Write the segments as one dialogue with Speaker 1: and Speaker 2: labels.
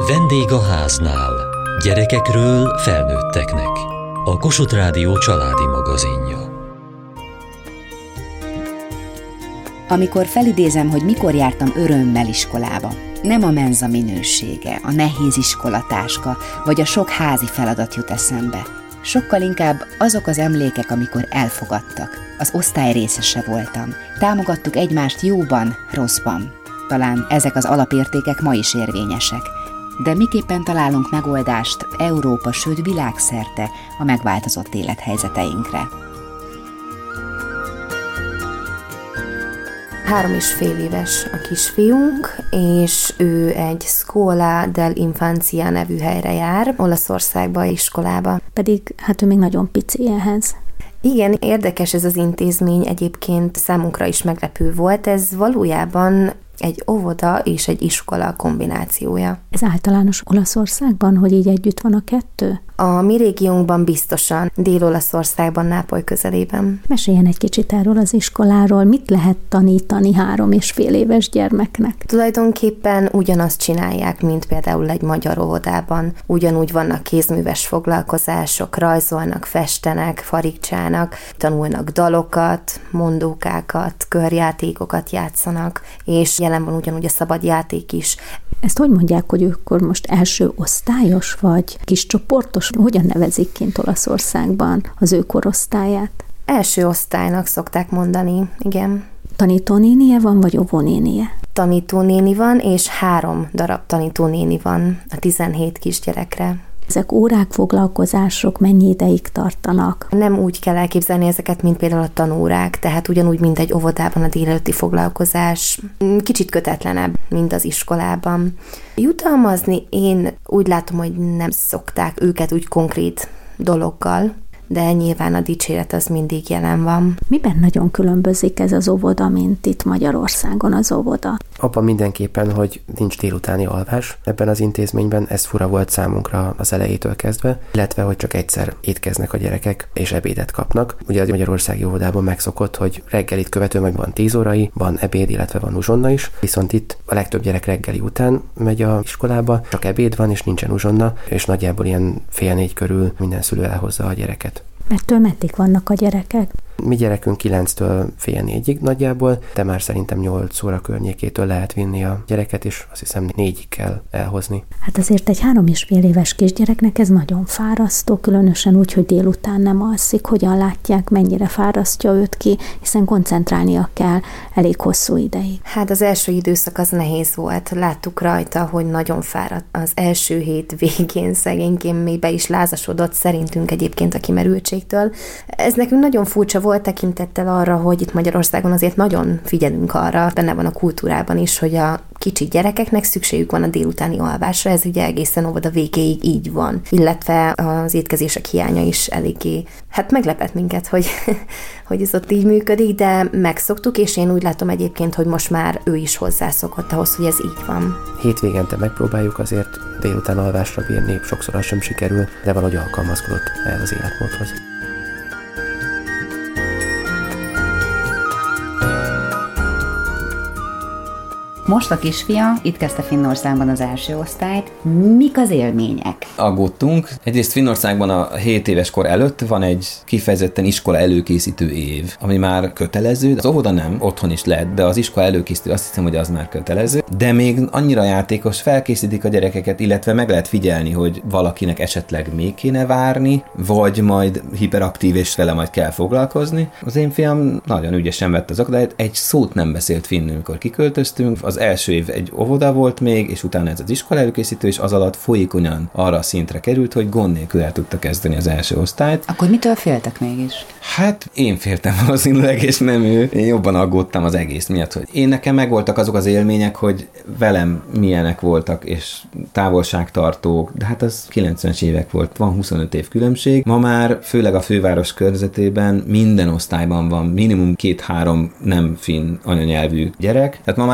Speaker 1: Vendég a háznál. Gyerekekről felnőtteknek. A Kossuth Rádió családi magazinja.
Speaker 2: Amikor felidézem, hogy mikor jártam örömmel iskolába, nem a menza minősége, a nehéz iskolatáska, vagy a sok házi feladat jut eszembe. Sokkal inkább azok az emlékek, amikor elfogadtak. Az osztály részese voltam. Támogattuk egymást jóban, rosszban. Talán ezek az alapértékek ma is érvényesek. De miképpen találunk megoldást Európa, sőt világszerte a megváltozott élethelyzeteinkre?
Speaker 3: 3,5 éves a kisfiunk, és ő egy Scuola dell'Infanzia nevű helyre jár, Olaszországba, iskolába.
Speaker 4: Pedig hát ő még nagyon pici ehhez.
Speaker 3: Igen, érdekes ez az intézmény, egyébként számunkra is meglepő volt, ez valójában egy óvoda és egy iskola kombinációja.
Speaker 4: Ez általános Olaszországban, hogy így együtt van a kettő?
Speaker 3: A mi régiónkban biztosan, Dél-Olaszországban, Nápoly közelében.
Speaker 4: Meséljen egy kicsit erről az iskoláról, mit lehet tanítani 3,5 éves gyermeknek?
Speaker 3: Tulajdonképpen ugyanazt csinálják, mint például egy magyar óvodában. Ugyanúgy vannak kézműves foglalkozások, rajzolnak, festenek, farigcsának, tanulnak dalokat, mondókákat, körjátékokat játszanak, és jelen van ugyanúgy a szabad játék is.
Speaker 4: Ezt hogy mondják, hogy akkor most első osztályos vagy kis csoportos? Hogyan nevezik kint Olaszországban az ő korosztályát?
Speaker 3: Első osztálynak szokták mondani, igen.
Speaker 4: Tanítónénie van, vagy óvónénie?
Speaker 3: Tanítónéni van, és 3 darab tanítónéni van a 17 kisgyerekre.
Speaker 4: Ezek órák, foglalkozások mennyi ideig tartanak?
Speaker 3: Nem úgy kell elképzelni ezeket, mint például a tanórák, tehát ugyanúgy, mint egy óvodában a délelőtti foglalkozás. Kicsit kötetlenebb, mint az iskolában. Jutalmazni én úgy látom, hogy nem szokták őket úgy konkrét dologgal, de nyilván a dicséret az mindig jelen van.
Speaker 4: Miben nagyon különbözik ez az óvoda, mint itt Magyarországon az óvoda?
Speaker 5: Abban mindenképpen, hogy nincs délutáni alvás. Ebben az intézményben ez fura volt számunkra az elejétől kezdve, illetve, hogy csak egyszer étkeznek a gyerekek, és ebédet kapnak. Ugye a magyarországi óvodában megszokott, hogy reggelit követően meg van 10 órai, van ebéd, illetve van uzsonna is, viszont itt a legtöbb gyerek reggeli után megy a iskolába, csak ebéd van, és nincsen uzsonna, és nagyjából ilyen 3:30 körül minden szülő elhozza a gyereket.
Speaker 4: Mettől meddig vannak a gyerekek?
Speaker 5: Mi gyerekünk 9-től 3:30 nagyjából, de már szerintem 8 óra környékétől lehet vinni a gyereket, és azt hiszem 4-ig kell elhozni.
Speaker 4: Hát azért egy 3,5 éves kisgyereknek ez nagyon fárasztó, különösen úgy, hogy délután nem alszik. Hogyan látják, mennyire fárasztja őt ki, hiszen koncentrálnia kell elég hosszú ideig.
Speaker 3: Hát az első időszak az nehéz volt. Láttuk rajta, hogy nagyon fáradt. Az első hét végén szegényként még be is lázasodott szerintünk egyébként a kimerültségtől. Ez nekünk nagyon furcsa volt tekintettel arra, hogy itt Magyarországon azért nagyon figyelünk arra, benne van a kultúrában is, hogy a kicsi gyerekeknek szükségük van a délutáni alvásra, ez ugye egészen óvoda végéig így van, illetve az étkezések hiánya is eléggé, hát meglepett minket, hogy ez ott így működik, de megszoktuk, és én úgy látom egyébként, hogy most már ő is hozzászokott ahhoz, hogy ez így van.
Speaker 5: Hétvégente megpróbáljuk azért délután alvásra bírni, sokszor az sem sikerül, de valahogy alkalmazkodott el az életmódhoz.
Speaker 2: Most a kisfia itt kezdte Finnországban az első osztályt. Mik az élmények?
Speaker 6: Aggódtunk. Egyrészt Finnországban a 7 éves kor előtt van egy kifejezetten iskola előkészítő év, ami már kötelező. Az óvoda nem, otthon is lehet, de az iskola előkészítő azt hiszem, hogy az már kötelező. De még annyira játékos, felkészítik a gyerekeket, illetve meg lehet figyelni, hogy valakinek esetleg még kéne várni, vagy majd hiperaktív és vele majd kell foglalkozni. Az én fiam nagyon ügyesen vett az akadályt, egy szót nem beszélt finnül, amikor kiköltöztünk. Az első év egy óvoda volt még, és utána ez az iskola előkészítő, és az alatt folyékonyan arra a szintre került, hogy gond nélkül el tudta kezdeni az első osztályt.
Speaker 2: Akkor mitől féltek mégis?
Speaker 6: Hát én féltem valószínűleg, és nem ő. Én jobban aggódtam az egész miatt, hogy én nekem megvoltak azok az élmények, hogy velem milyenek voltak, és távolságtartók, de hát az 90-es évek volt, van 25 év különbség. Ma már, főleg a főváros körzetében minden osztályban van minimum 2-3 nem finn anyanyelvű gyerek, tehát ma már nem kuriózus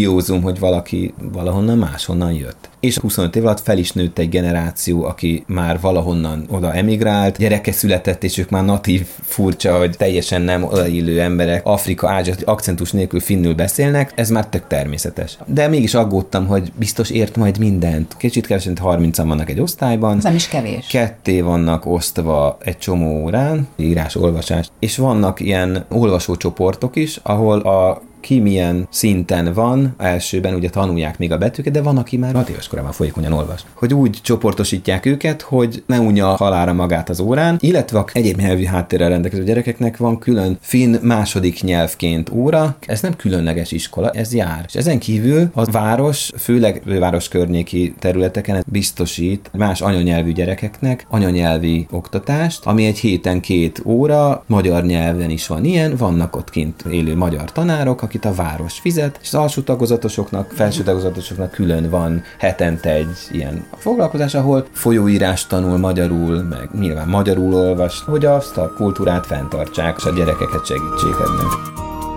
Speaker 6: kuriózum, hogy valaki valahonnan máshonnan jött. És 25 év alatt fel is nőtt egy generáció, aki már valahonnan oda emigrált, gyereke született, és ők már natív, furcsa, hogy teljesen nem odaillő emberek, Afrika, Ázsia akcentus nélkül finnül beszélnek, ez már tök természetes. De mégis aggódtam, hogy biztos ért majd mindent. Kicsit kevesen 30-an vannak egy osztályban.
Speaker 2: Ez nem is kevés.
Speaker 6: Ketté vannak osztva egy csomó órán, írás, olvasás, és vannak ilyen olvasócsoportok is, ahol ki milyen szinten van, elsőben ugye tanulják még a betűket, de van, aki már 6 éves korában folyékonyan olvas. Hogy úgy csoportosítják őket, hogy ne unja halára magát az órán, illetve egyéb nyelvi háttérrel rendelkező gyerekeknek van külön finn második nyelvként óra. Ez nem különleges iskola, ez jár. És ezen kívül a város, főleg város környéki területeken biztosít más anyanyelvű gyerekeknek anyanyelvi oktatást, ami egy héten 2 óra, magyar nyelven is van ilyen, vannak ott kint élő magyar tanárok, akit a város fizet, és az alsó tagozatosoknak, felső tagozatosoknak külön van hetente egy ilyen foglalkozás, ahol folyóírás tanul magyarul, meg nyilván magyarul olvas, hogy azt a kultúrát fenntartsák, és a gyerekeket segítsék ebben.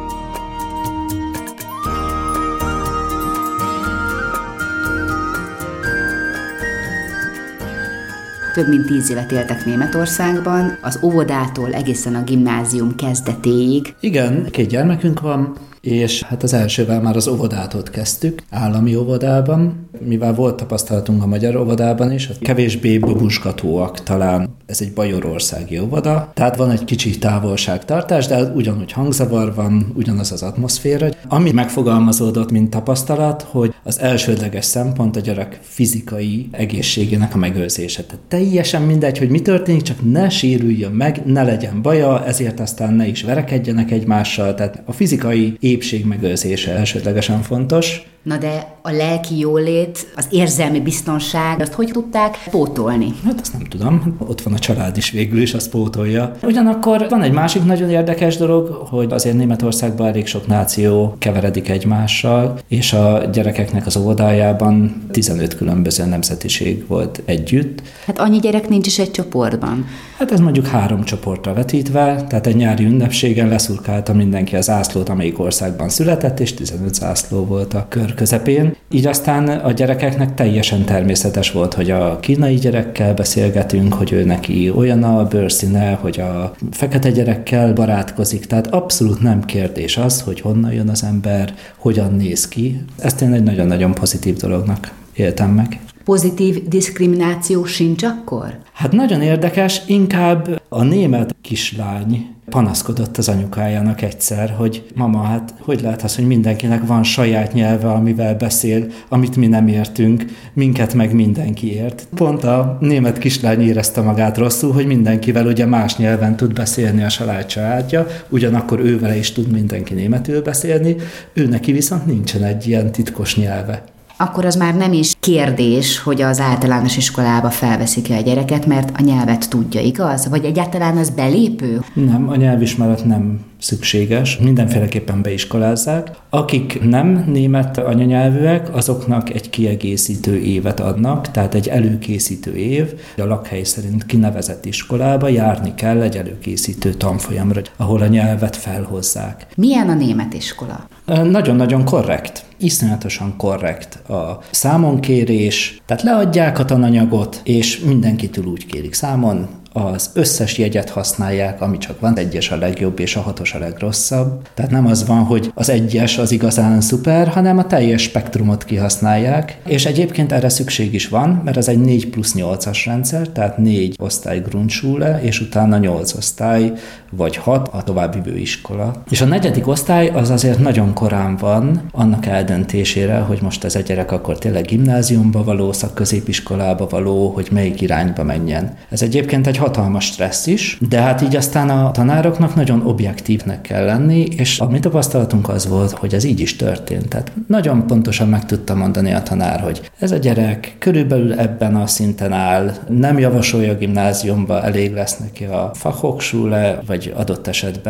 Speaker 2: Több mint 10 évet éltek Németországban, az óvodától egészen a gimnázium kezdetéig.
Speaker 7: Igen, 2 gyermekünk van, és hát az elsővel már az óvodától kezdtük, állami óvodában, mivel volt tapasztalatunk a magyar óvodában is, kevésbé babuskatóak talán, ez egy bajorországi óvoda, tehát van egy kicsi távolságtartás, de ugyanúgy hangzavar van, ugyanaz az atmoszféra. Ami megfogalmazódott, mint tapasztalat, hogy az elsődleges szempont a gyerek fizikai egészségének a megőrzése. Tehát teljesen mindegy, hogy mi történik, csak ne sérüljön meg, ne legyen baja, ezért aztán ne is verekedjenek egymással, tehát a fizikai épség megőrzése elsődlegesen fontos.
Speaker 2: Na de a lelki jólét, az érzelmi biztonság, azt hogy tudták pótolni?
Speaker 7: Hát azt nem tudom, ott van a család is végül is, azt pótolja. Ugyanakkor van egy másik nagyon érdekes dolog, hogy azért Németországban elég sok náció keveredik egymással, és a gyerekeknek az óvodájában 15 különböző nemzetiség volt együtt.
Speaker 2: Hát annyi gyerek nincs is egy csoportban.
Speaker 7: Hát ez mondjuk 3 csoportra vetítve, tehát egy nyári ünnepségen leszurkálta mindenki az zászlót, amelyik országban született, és 15 zászló volt a kör közepén. Így aztán a gyerekeknek teljesen természetes volt, hogy a kínai gyerekkel beszélgetünk, hogy ő neki olyan a bőrszíne, hogy a fekete gyerekkel barátkozik, tehát abszolút nem kérdés az, hogy honnan jön az ember, hogyan néz ki. Ezt én egy nagyon-nagyon pozitív dolognak éltem meg.
Speaker 2: Pozitív diszkrimináció sincs akkor?
Speaker 7: Hát nagyon érdekes, inkább a német kislány panaszkodott az anyukájának egyszer, hogy mama, hát hogy lehet az, hogy mindenkinek van saját nyelve, amivel beszél, amit mi nem értünk, minket meg mindenki ért. Pont a német kislány érezte magát rosszul, hogy mindenkivel ugye más nyelven tud beszélni a családja, ugyanakkor ővele is tud mindenki németül beszélni, ő neki viszont nincsen egy ilyen titkos nyelve.
Speaker 2: Akkor az már nem is kérdés, hogy az általános iskolába felveszik-e a gyereket, mert a nyelvet tudja, igaz? Vagy egyáltalán az belépő?
Speaker 7: Nem, a nyelvismeret nem szükséges, mindenféleképpen beiskolázzák. Akik nem német anyanyelvűek, azoknak egy kiegészítő évet adnak, tehát egy előkészítő év. A lakhely szerint kinevezett iskolába járni kell egy előkészítő tanfolyamra, ahol a nyelvet felhozzák.
Speaker 2: Milyen a német iskola?
Speaker 7: Nagyon-nagyon korrekt. Iszonyatosan korrekt a számonkérés, tehát leadják a tananyagot, és mindenkitől úgy kérik számon, az összes jegyet használják, ami csak van, 1-es a legjobb, és a 6-os a legrosszabb. Tehát nem az van, hogy az 1-es az igazán szuper, hanem a teljes spektrumot kihasználják, és egyébként erre szükség is van, mert ez egy 4+8-as rendszer, tehát 4 osztály Grundschule, és utána 8 osztály, vagy 6 a továbbvivő iskola. És a 4. osztály az azért nagyon korán van annak eldöntésére, hogy most ez a gyerek akkor tényleg gimnáziumba való, szakközépiskolába való, hogy melyik irányba menjen. Ez egyébként egy hatalmas stressz is, de hát így aztán a tanároknak nagyon objektívnek kell lenni, és a mi tapasztalatunk az volt, hogy ez így is történt. Tehát nagyon pontosan meg tudta mondani a tanár, hogy ez a gyerek körülbelül ebben a szinten áll, nem javasolja a gimnáziumba, elég lesz neki a Fachhochschule, vagy adott esetben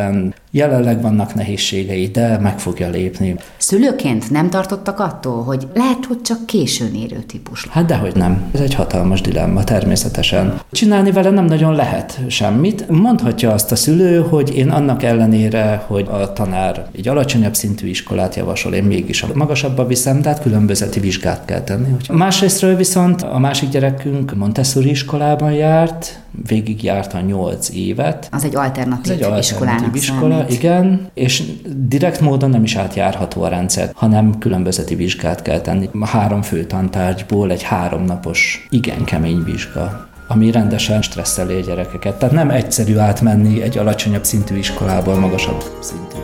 Speaker 7: Jelenleg vannak nehézségei, de meg fogja lépni.
Speaker 2: Szülőként nem tartottak attól, hogy lehet, hogy csak későn érő típus?
Speaker 7: Hát dehogy nem. Ez egy hatalmas dilemma természetesen. Csinálni vele nem nagyon lehet semmit. Mondhatja azt a szülő, hogy én annak ellenére, hogy a tanár egy alacsonyabb szintű iskolát javasol, én mégis a magasabbba viszem, de hát különbözeti vizsgát kell tenni. Másrésztről viszont a másik gyerekünk Montessori iskolában járt, végig járta 8 évet.
Speaker 2: Az egy alternatív iskolának
Speaker 7: iskola, számít. Igen, és direkt módon nem is átjárható a rendszer, hanem különbözeti vizsgát kell tenni. 3 fő tantárgyból egy 3 napos, igen kemény vizsga, ami rendesen stresszeli a gyerekeket. Tehát nem egyszerű átmenni egy alacsonyabb szintű iskolából magasabb szintűbe.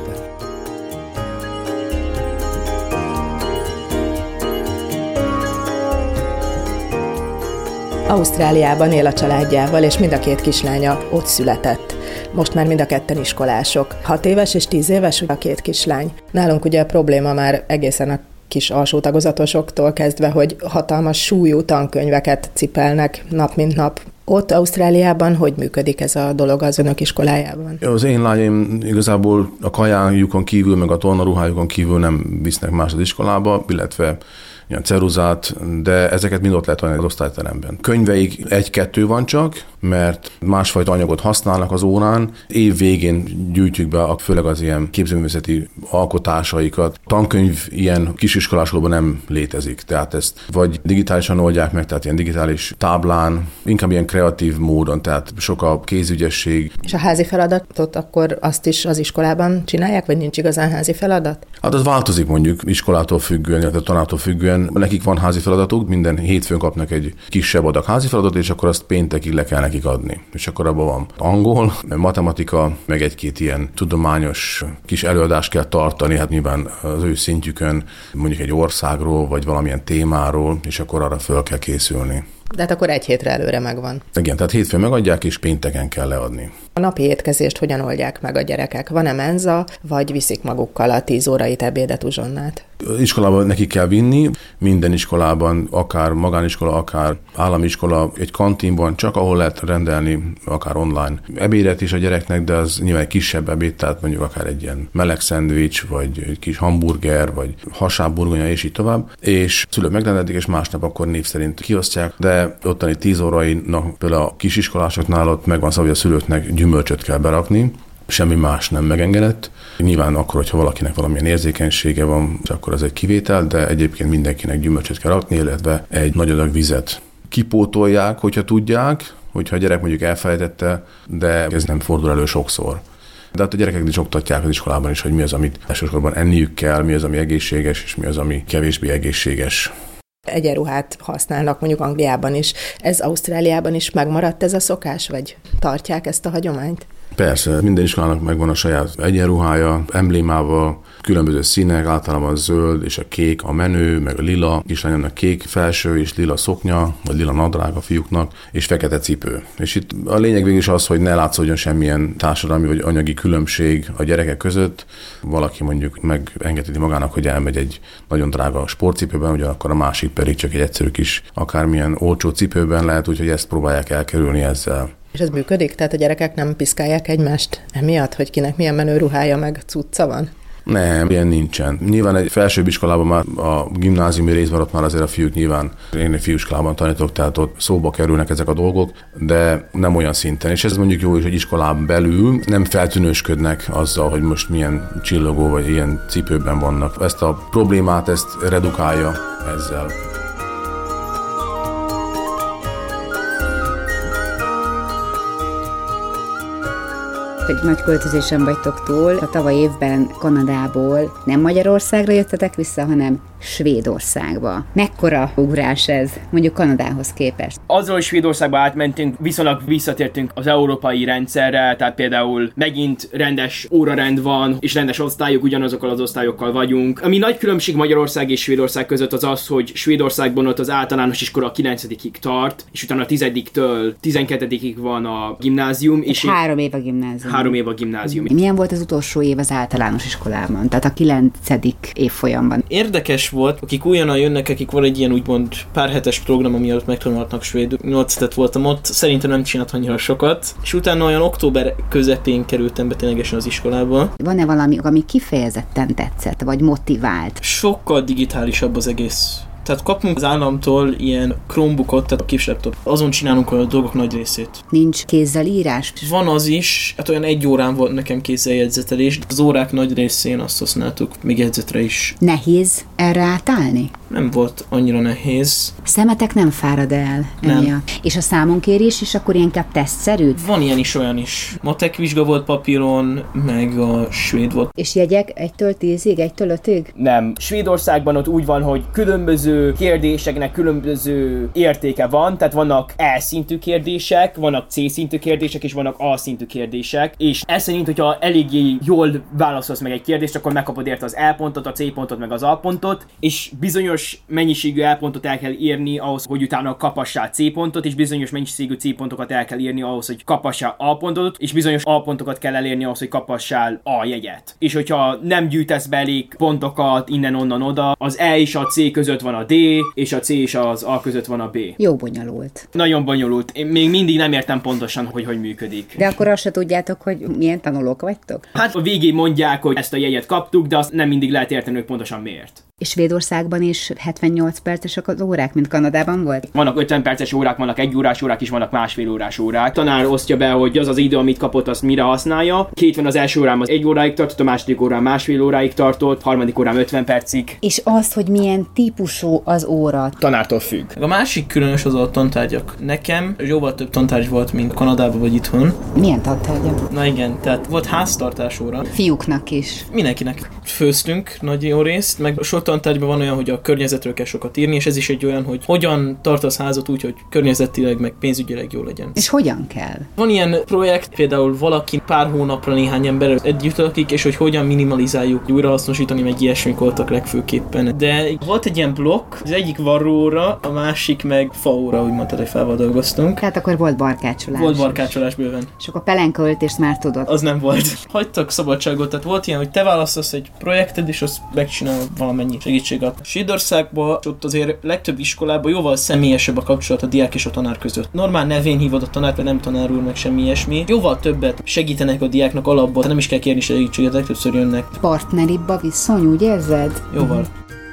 Speaker 8: Ausztráliában él a családjával, és mind a 2 kislánya ott született. Most már mind a 2 iskolások. 6 éves és 10 éves a 2 kislány. Nálunk ugye a probléma már egészen a kis alsó tagozatosoktól kezdve, hogy hatalmas súlyú tankönyveket cipelnek nap mint nap. Ott Ausztráliában hogy működik ez a dolog az önök iskolájában?
Speaker 9: Az én lányaim igazából a kajájukon kívül, meg a tornaruhájukon kívül nem visznek más az iskolába, illetve ilyen ceruzát, de ezeket mind ott lehet venni az osztályteremben. Könyveik 1-2 van csak, mert másfajta anyagot használnak az órán. Év végén gyűjtjük be főleg az ilyen képzőművészeti alkotásaikat. Tankönyv ilyen kisiskolásokban nem létezik, tehát ezt vagy digitálisan oldják meg, tehát ilyen digitális táblán, inkább ilyen kreatív módon, tehát sok a kézügyesség.
Speaker 8: És a házi feladatot akkor azt is az iskolában csinálják, vagy nincs igazán házi feladat?
Speaker 9: Hát az változik mondjuk iskolától függően, illetve tanártól függően. Nekik van házi feladatuk, minden hétfőn kapnak egy kisebb adag házi feladatot, és akkor azt péntekig le kell nekik adni. És akkor abban van angol, matematika, meg 1-2 ilyen tudományos kis előadást kell tartani, hát nyilván az ő szintjükön, mondjuk egy országról, vagy valamilyen témáról, és akkor arra föl kell készülni.
Speaker 8: De hát akkor 1 hétre előre megvan.
Speaker 9: Igen, tehát hétfőn megadják, és pénteken kell leadni.
Speaker 8: A napi étkezést hogyan oldják meg a gyerekek? Van-e menza, vagy viszik magukkal a 10 órai ebédet, uzsonnát?
Speaker 9: Iskolában nekik kell vinni, minden iskolában, akár magániskola, akár állami iskola, egy kantínban csak ahol lehet rendelni, akár online ebédet is a gyereknek, de az nyilván egy kisebb ebéd, tehát mondjuk akár egy ilyen meleg szendvics, vagy egy kis hamburger, vagy hasábburgonya, és így tovább. És szülők megrendelik, és másnap akkor név szerint kiosztják, de ottani 10 órainak például a kisiskolásoknál ott megvan szabva, hogy a szülőknek gyümölcsöt kell berakni, semmi más nem megengedett. Nyilván akkor, hogyha valakinek valamilyen érzékenysége van, akkor az egy kivétel, de egyébként mindenkinek gyümölcsöt kell rakni, illetve egy nagy adag vizet. Kipótolják, hogyha tudják, hogyha a gyerek mondjuk elfelejtette, de ez nem fordul elő sokszor. De hát a gyerekek is oktatják az iskolában is, hogy mi az, amit elsősorban enniük kell, mi az, ami egészséges, és mi az, ami kevésbé egészséges.
Speaker 8: Egyenruhát használnak mondjuk Angliában is. Ez Ausztráliában is megmaradt ez a szokás, vagy tartják ezt a hagyományt?
Speaker 9: Persze, minden iskolának megvan a saját egyenruhája, emblémával, különböző színek, általában zöld és a kék a menő, meg a lila, kislányoknak kék felső és lila szoknya, vagy lila nadrág a fiúknak, és fekete cipő. És itt a lényeg végül is az, hogy ne látszódjon semmilyen társadalmi vagy anyagi különbség a gyerekek között. Valaki mondjuk megengedheti magának, hogy elmegy egy nagyon drága sportcipőben, ugyanakkor a másik pedig csak egy egyszerű kis, akármilyen olcsó cipőben lehet, úgyhogy ezt próbálják elkerülni ezzel.
Speaker 8: És ez működik? Tehát a gyerekek nem piszkálják egymást emiatt, hogy kinek milyen menő ruhája meg cucca van?
Speaker 9: Nem, ilyen nincsen. Nyilván egy felsőbb iskolában már a gimnáziumi részben ott már azért a fiúk nyilván, én egy fiúiskolában tanítok, tehát ott szóba kerülnek ezek a dolgok, de nem olyan szinten. És ez mondjuk jó is, hogy iskolán belül nem feltűnősködnek azzal, hogy most milyen csillogó vagy ilyen cipőben vannak. Ezt a problémát, ezt redukálja ezzel.
Speaker 2: Egy nagy költözésen vagytok túl. A tavaly évben Kanadából nem Magyarországra jöttetek vissza, hanem Svédországba. Mekkora ugrás ez, mondjuk Kanadához képest?
Speaker 10: Azzal, hogy Svédországba átmentünk, viszonylag visszatértünk az európai rendszerre, tehát például megint rendes órarend van, és rendes osztályok, ugyanazokkal az osztályokkal vagyunk. Ami nagy különbség Magyarország és Svédország között az az, hogy Svédországban ott az általános iskola 9-ig tart, és utána a 10-től 12-ig van a gimnázium. És
Speaker 2: 3 év a gimnázium.
Speaker 10: 3 év a gimnázium.
Speaker 2: Milyen volt az utolsó év az általános iskolában, tehát a 9. évfolyamban?
Speaker 10: Érdekes
Speaker 11: volt, akik újonnan jönnek, akik van egy ilyen úgymond pár hetes program, ami alatt megtanulhatnak svédül. 8 hetet voltam ott, szerintem nem csinált annyira sokat, és utána olyan október közepén kerültem be ténylegesen az iskolába.
Speaker 2: Van-e valami, ami kifejezetten tetszett, vagy motivált?
Speaker 11: Sokkal digitálisabb az egész. Tehát kapunk az államtól ilyen Chromebookot, tehát a kis laptop. Azon csinálunk a dolgok nagy részét.
Speaker 2: Nincs kézzel írás?
Speaker 11: Van az is, hát olyan 1 órán volt nekem kézzel jegyzetelés. Az órák nagy részén azt használtuk, még jegyzetre is.
Speaker 2: Nehéz erre átállni?
Speaker 11: Nem volt annyira nehéz.
Speaker 2: Szemetek nem fárad el emiatt. És a számonkérés is akkor inkább tesztszerű?
Speaker 11: Van ilyen is, olyan is. Matek vizsga volt papíron, meg a svéd volt.
Speaker 2: És jegyek 1-től 10-ig, 1-től 5-ig?
Speaker 10: Nem. Svédországban ott úgy van, hogy különböző kérdéseknek különböző értéke van, tehát vannak E-szintű kérdések, vannak C-szintű kérdések, és vannak A-szintű kérdések, és ez szerint, hogyha eléggé jól válaszolsz meg egy kérdést, akkor megkapod érte az E pontot, a C pontot, meg az A pontot, és bizonyos mennyiségű E pontot el kell írni ahhoz, hogy utána kapassál C pontot, és bizonyos mennyiségű C pontokat el kell írni ahhoz, hogy kapassál A pontot, és bizonyos A pontokat kell elérni ahhoz, hogy kapassál A jegyet. És hogyha nem gyűjtesz be elég pontokat innen-onnan-oda, az E és a C között van a D, és a C és az A között van a B.
Speaker 2: Jó bonyolult.
Speaker 10: Nagyon bonyolult. Én még mindig nem értem pontosan, hogy működik.
Speaker 2: De akkor azt se tudjátok, hogy milyen tanulók vagytok?
Speaker 10: Hát a végén mondják, hogy ezt a jegyet kaptuk, de azt nem mindig lehet érteni, hogy pontosan miért.
Speaker 2: És Svédországban is 78 percesek az órák, mint Kanadában volt?
Speaker 10: Vannak 50 perces órák, vannak 1 órás órák is, vannak másfél órás órák. Tanár osztja be, hogy az az idő, amit kapott, azt mire használja. Van az első órám az 1 óráig tartott, a második órám másfél óráig tartott, harmadik órám 50 percig.
Speaker 2: És az, hogy milyen típusú az óra?
Speaker 10: Tanártól függ.
Speaker 11: A másik különös az a tantárgyak. Nekem jóval több tantárgy volt, mint Kanadában vagy itthon.
Speaker 2: Milyen tantárgyak?
Speaker 11: Na igen, tehát volt háztartás óra.
Speaker 2: Fiúknak is.
Speaker 11: Mindenkinek. Főztünk nagy jó részt, meg sok tantárgyban van olyan, hogy a környezetről kell sokat írni, és ez is egy olyan, hogy hogyan tartasz házat úgy, hogy környezetileg, meg pénzügyileg jó legyen.
Speaker 2: És hogyan kell?
Speaker 11: Van ilyen projekt, például valaki pár hónapra néhány ember együtt lakik, és hogy hogyan minimalizáljuk, újrahasznosítani, meg ilyesmik voltak legfőképpen. De volt egy ilyen blokk, az egyik varróóra, a másik meg faóra, úgy mondtad, hogy fával dolgoztunk.
Speaker 2: Tehát akkor volt barkácsolás.
Speaker 11: Volt barkácsolás bőven.
Speaker 2: És akkor a pelenkaöltést már tudod.
Speaker 11: Az nem volt. Hagytak szabadságot, tehát volt ilyen, hogy te választasz egy projekted, és azt megcsinál valamennyi segítséget. Svédországban ott azért legtöbb iskolában jóval személyesebb a kapcsolat a diák és a tanár között. Normál nevén hívod a tanárt, vagy nem tanár úr, meg semmi ilyesmi. Jóval többet segítenek a diáknak alapból, nem is kell kérni segítséget, legtöbbször jönnek.
Speaker 2: Partneribb a viszony, úgy érzed?
Speaker 11: Jóval.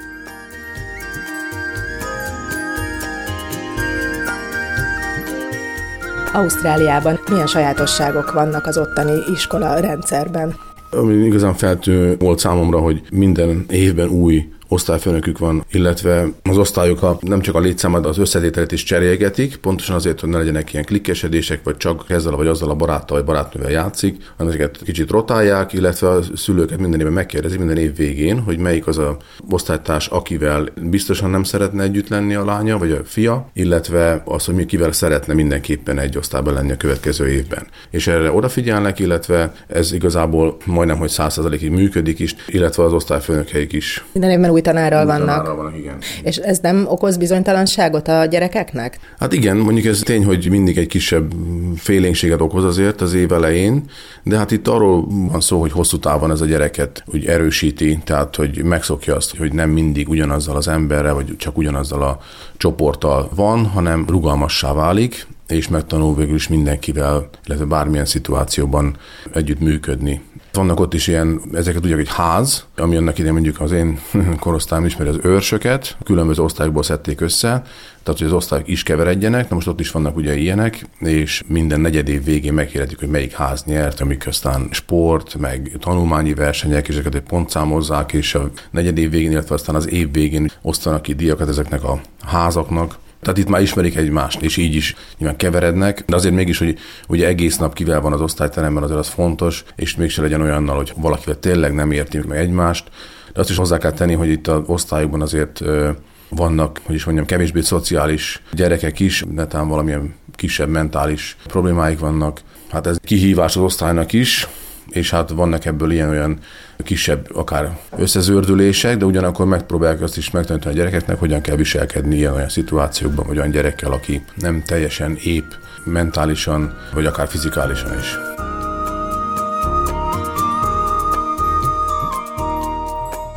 Speaker 8: Ausztráliában milyen sajátosságok vannak az ottani iskola rendszerben?
Speaker 9: Ami igazán feltűnő volt számomra, hogy minden évben új osztályfőnökük van, illetve az osztályok nem csak a létszámát, az összetételet is cserélgetik, pontosan azért, hogy ne legyenek ilyen klikkesedések, vagy csak ezzel vagy azzal a baráttal vagy barátnővel játszik, hanem ezeket kicsit rotálják, illetve a szülőket minden évben megkérdezik, minden év végén, hogy melyik az a osztálytárs, akivel biztosan nem szeretne együtt lenni a lánya, vagy a fia, illetve az, hogy kivel szeretne mindenképpen egy osztályban lenni a következő évben. És erre odafigyelnek, illetve ez igazából majdnem, hogy 100%-ig működik is, illetve az osztályfőnökeik is.
Speaker 8: Minden évben új tanárral vannak.
Speaker 9: Igen.
Speaker 8: És ez nem okoz bizonytalanságot a gyerekeknek?
Speaker 9: Hát igen, mondjuk ez tény, hogy mindig egy kisebb félénkséget okoz azért az év elején, de hát itt arról van szó, hogy hosszú távon ez a gyereket úgy erősíti, tehát hogy megszokja azt, hogy nem mindig ugyanazzal az emberrel, vagy csak ugyanazzal a csoporttal van, hanem rugalmassá válik, és megtanul végül is mindenkivel, illetve bármilyen szituációban együtt működni. Vannak ott is ilyen, ezeket tudják, egy ház, ami annak idején mondjuk az én korosztályom ismeri az őrsöket, különböző osztályokból szedték össze, tehát hogy az osztályok is keveredjenek, na most ott is vannak ugye ilyenek, és minden negyedév végén meghirdetik, hogy melyik ház nyert, amik aztán sport, meg tanulmányi versenyek, és ezeket pontszámozzák, és a negyedév végén, illetve aztán az év végén osztanak ki díjakat ezeknek a házaknak. Tehát itt már ismerik egymást, és így is nyilván keverednek, de azért mégis, hogy ugye egész nap kivel van az osztályteremben, azért az fontos, és mégse legyen olyannal, hogy valakivel tényleg nem érti meg egymást. De azt is hozzá kell tenni, hogy itt az osztályokban azért vannak, hogy is mondjam, kevésbé szociális gyerekek is, netán valamilyen kisebb mentális problémáik vannak. Hát ez kihívás az osztálynak is, és hát vannak ebből ilyen-olyan kisebb akár összezördülések, de ugyanakkor megpróbálják azt is megtanítani a gyerekeknek, hogyan kell viselkedni ilyen-olyan szituációkban, vagy olyan gyerekkel, aki nem teljesen épp mentálisan, vagy akár fizikálisan is.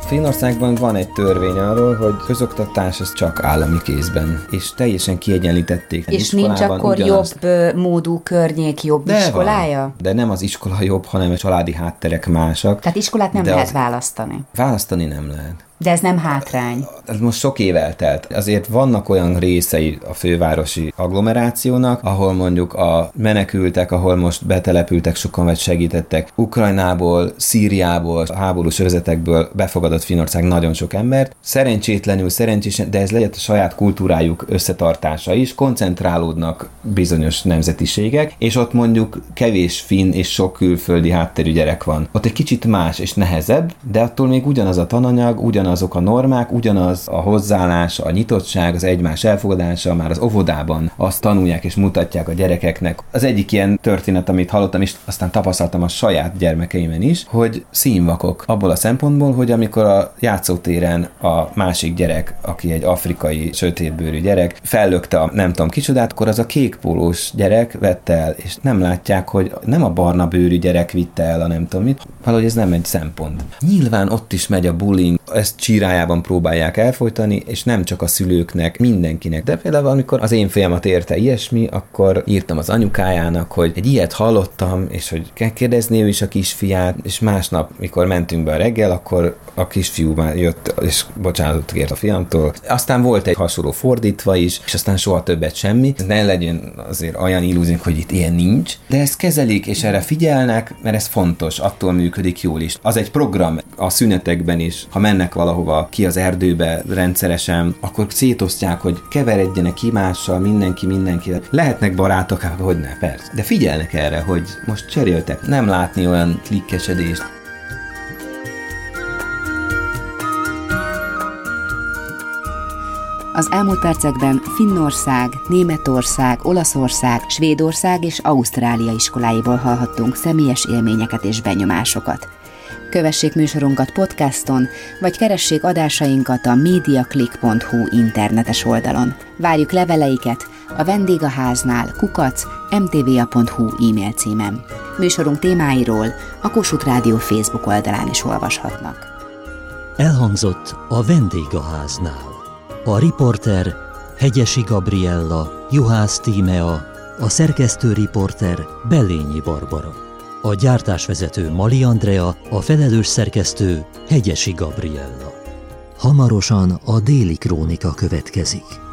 Speaker 6: Finnországban van egy törvény arról, hogy közoktatás az csak állami kézben, és teljesen kiegyenlítették.
Speaker 2: És nincs akkor jobb módú környék, jobb iskolája?
Speaker 6: Van, de nem az iskola jobb, hanem a családi hátterek másak.
Speaker 2: Tehát iskolát nem lehet választani?
Speaker 6: Választani nem lehet.
Speaker 2: De ez nem hátrány.
Speaker 6: Ez most sok év eltelt. Azért vannak olyan részei a fővárosi agglomerációnak, ahol mondjuk a menekültek, ahol most betelepültek sokan, vagy segítettek Ukrajnából, Szíriából, a háborús övezetekből befogadott Finnország nagyon sok embert. Szerencsésen, de ez legyen a saját kultúrájuk összetartása is, koncentrálódnak bizonyos nemzetiségek, és ott mondjuk kevés finn és sok külföldi hátterű gyerek van. Ott egy kicsit más és nehezebb, de attól még ugyanaz a tananyag, ugyanazok a normák, ugyanaz a hozzáállás, a nyitottság, az egymás elfogadása, már az óvodában azt tanulják és mutatják a gyerekeknek. Az egyik ilyen történet, amit hallottam, és aztán tapasztaltam a saját gyermekeimen is, hogy színvakok abból a szempontból, hogy amikor a játszótéren a másik gyerek, aki egy afrikai sötétbőrű gyerek, fellökte a nem tudom kicsodát, akkor az a kékpólós gyerek vette el, és nem látják, hogy nem a barna bőrű gyerek vitte el a nem tudom mit, valahogy ez nem egy szempont. Nyilván ott is megy a bullying, ezt csírájában próbálják elfolytani, és nem csak a szülőknek, mindenkinek. De például amikor az én fiamat érte ilyesmi, akkor írtam az anyukájának, hogy egy ilyet hallottam, és hogy kell kérdezni ő is a kisfiát, és másnap, mikor mentünk be a reggel, akkor a kisfiú már jött, és bocsánatot kért a fiamtól. Aztán volt egy hasonló fordítva is, és aztán soha többet semmi. Ne legyen azért olyan illúziónk, hogy itt ilyen nincs, de ezt kezelik, és erre figyelnek, mert ez fontos, attól működik jól is. Az egy program a szünetekben is, ha mennek valahova ki az erdőbe rendszeresen, akkor szétosztják, hogy keveredjenek egymással, mindenki. Lehetnek barátok, hát hogy ne, persze. De figyelnek erre, hogy most cseréltek, nem látni olyan klikkesedést.
Speaker 2: Az elmúlt percekben Finnország, Németország, Olaszország, Svédország és Ausztrália iskoláiból hallhattunk személyes élményeket és benyomásokat. Kövessék műsorunkat podcaston, vagy keressék adásainkat a mediaclick.hu internetes oldalon. Várjuk leveleiket a vendégháznál @mtva.hu e-mail címen. Műsorunk témáiról a Kossuth Rádió Facebook oldalán is olvashatnak.
Speaker 1: Elhangzott a vendégháznál. A riporter Hegyesi Gabriella, Juhász Tímea, a szerkesztő riporter Bellényi Barbara. A gyártásvezető Mali Andrea, a felelős szerkesztő Hegyesi Gabriella. Hamarosan a Déli Krónika következik.